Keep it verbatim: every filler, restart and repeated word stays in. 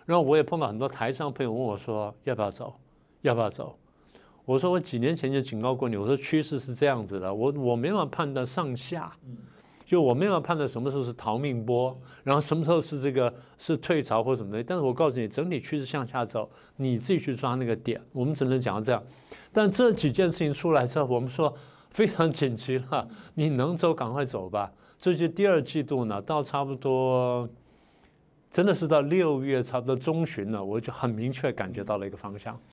然后我也碰到很多台上朋友问我说要不要走，要不要走？我说我几年前就警告过你，我说趋势是这样子的，我我没办法判断上下，就我没办法判断什么时候是逃命波，然后什么时候是这个是退潮或什么的。但是我告诉你，整体趋势向下走，你自己去抓那个点。我们只能讲到这样。但这几件事情出来之后，我们说非常紧急了，你能走赶快走吧。这就第二季度呢，到差不多。真的是到六月差不多中旬了，我就很明确感觉到了一个方向。